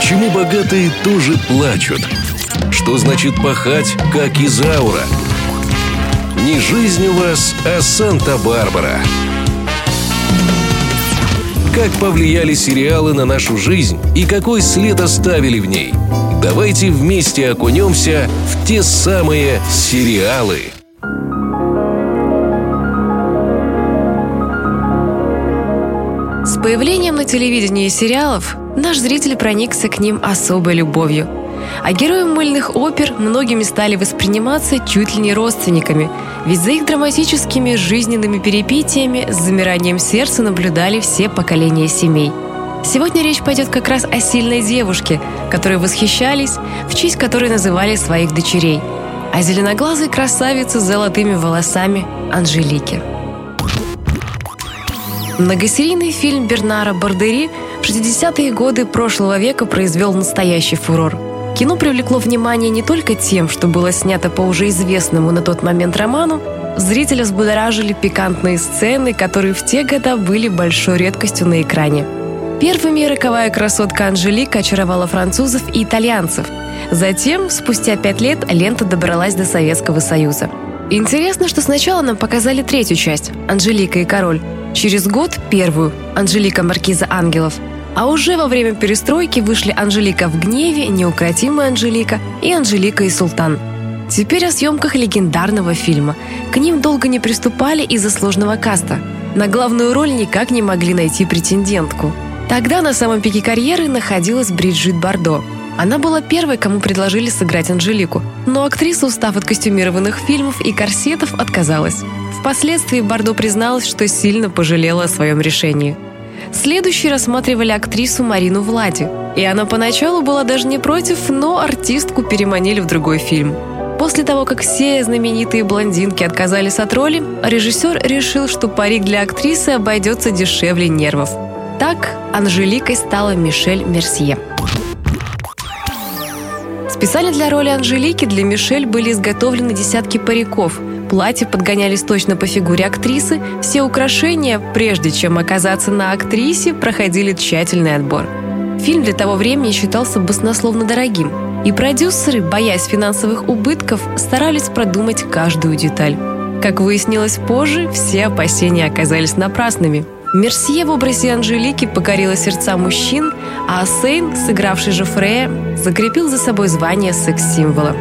Почему богатые тоже плачут? Что значит пахать, как Изаура? Не жизнь у вас, а Санта-Барбара. Как повлияли сериалы на нашу жизнь и какой след оставили в ней? Давайте вместе окунемся в те самые сериалы. С появлением на телевидении сериалов наш зритель проникся к ним особой любовью. А герои мыльных опер многими стали восприниматься чуть ли не родственниками, ведь за их драматическими жизненными перипетиями с замиранием сердца наблюдали все поколения семей. Сегодня речь пойдет как раз о сильной девушке, которой восхищались, в честь которой называли своих дочерей, о зеленоглазой красавице с золотыми волосами Анжелике. Многосерийный фильм Бернара Бордери в 60-е годы прошлого века произвел настоящий фурор. Кино привлекло внимание не только тем, что было снято по уже известному на тот момент роману, зрителя взбудоражили пикантные сцены, которые в те годы были большой редкостью на экране. Первыми роковая красотка Анжелика очаровала французов и итальянцев. Затем, спустя 5 лет, лента добралась до Советского Союза. Интересно, что сначала нам показали третью часть «Анжелика и король», через год – первую «Анжелика, маркиза ангелов», а уже во время перестройки вышли «Анжелика в гневе», «Неукротимая Анжелика» и «Анжелика и султан». Теперь о съемках легендарного фильма. К ним долго не приступали из-за сложного каста. На главную роль никак не могли найти претендентку. Тогда на самом пике карьеры находилась Бриджит Бардо. Она была первой, кому предложили сыграть Анжелику, но актриса, устав от костюмированных фильмов и корсетов, отказалась. Впоследствии Бардо призналась, что сильно пожалела о своем решении. Следующие рассматривали актрису Марину Влади, и она поначалу была даже не против, но артистку переманили в другой фильм. После того, как все знаменитые блондинки отказались от роли, режиссер решил, что парик для актрисы обойдется дешевле нервов. Так Анжеликой стала Мишель Мерсье. Специально для роли Анжелики для Мишель были изготовлены десятки париков. Платья подгонялись точно по фигуре актрисы, все украшения, прежде чем оказаться на актрисе, проходили тщательный отбор. Фильм для того времени считался баснословно дорогим, и продюсеры, боясь финансовых убытков, старались продумать каждую деталь. Как выяснилось позже, все опасения оказались напрасными. Мерсье в образе Анжелики покорила сердца мужчин, а Ассейн, сыгравший Жофрея, закрепил за собой звание секс-символа.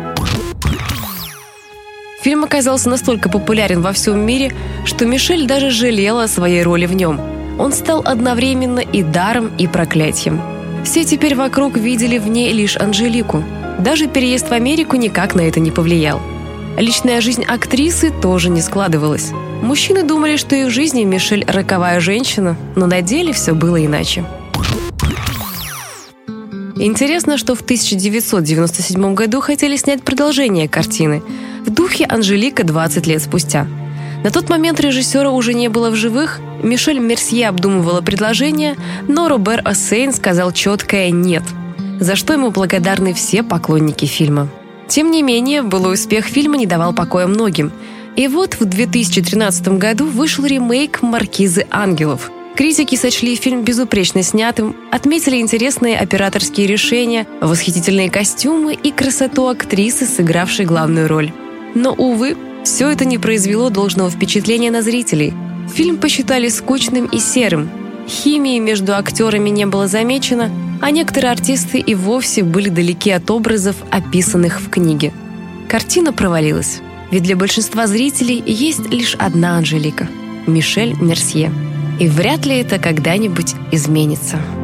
Фильм оказался настолько популярен во всем мире, что Мишель даже жалела о своей роли в нем. Он стал одновременно и даром, и проклятием. Все теперь вокруг видели в ней лишь Анжелику. Даже переезд в Америку никак на это не повлиял. Личная жизнь актрисы тоже не складывалась. Мужчины думали, что и в жизни Мишель роковая женщина, но на деле все было иначе. Интересно, что в 1997 году хотели снять продолжение картины в духе «Анжелика 20 лет спустя». На тот момент режиссера уже не было в живых, Мишель Мерсье обдумывала предложение, но Робер Ассейн сказал четкое «нет», за что ему благодарны все поклонники фильма. Тем не менее, былой успех фильма не давал покоя многим. И вот в 2013 году вышел ремейк «Маркизы ангелов». Критики сочли фильм безупречно снятым, отметили интересные операторские решения, восхитительные костюмы и красоту актрисы, сыгравшей главную роль. Но, увы, все это не произвело должного впечатления на зрителей. Фильм посчитали скучным и серым. Химии между актерами не было замечено, а некоторые артисты и вовсе были далеки от образов, описанных в книге. Картина провалилась, ведь для большинства зрителей есть лишь одна Анжелика – Мишель Мерсье. И вряд ли это когда-нибудь изменится.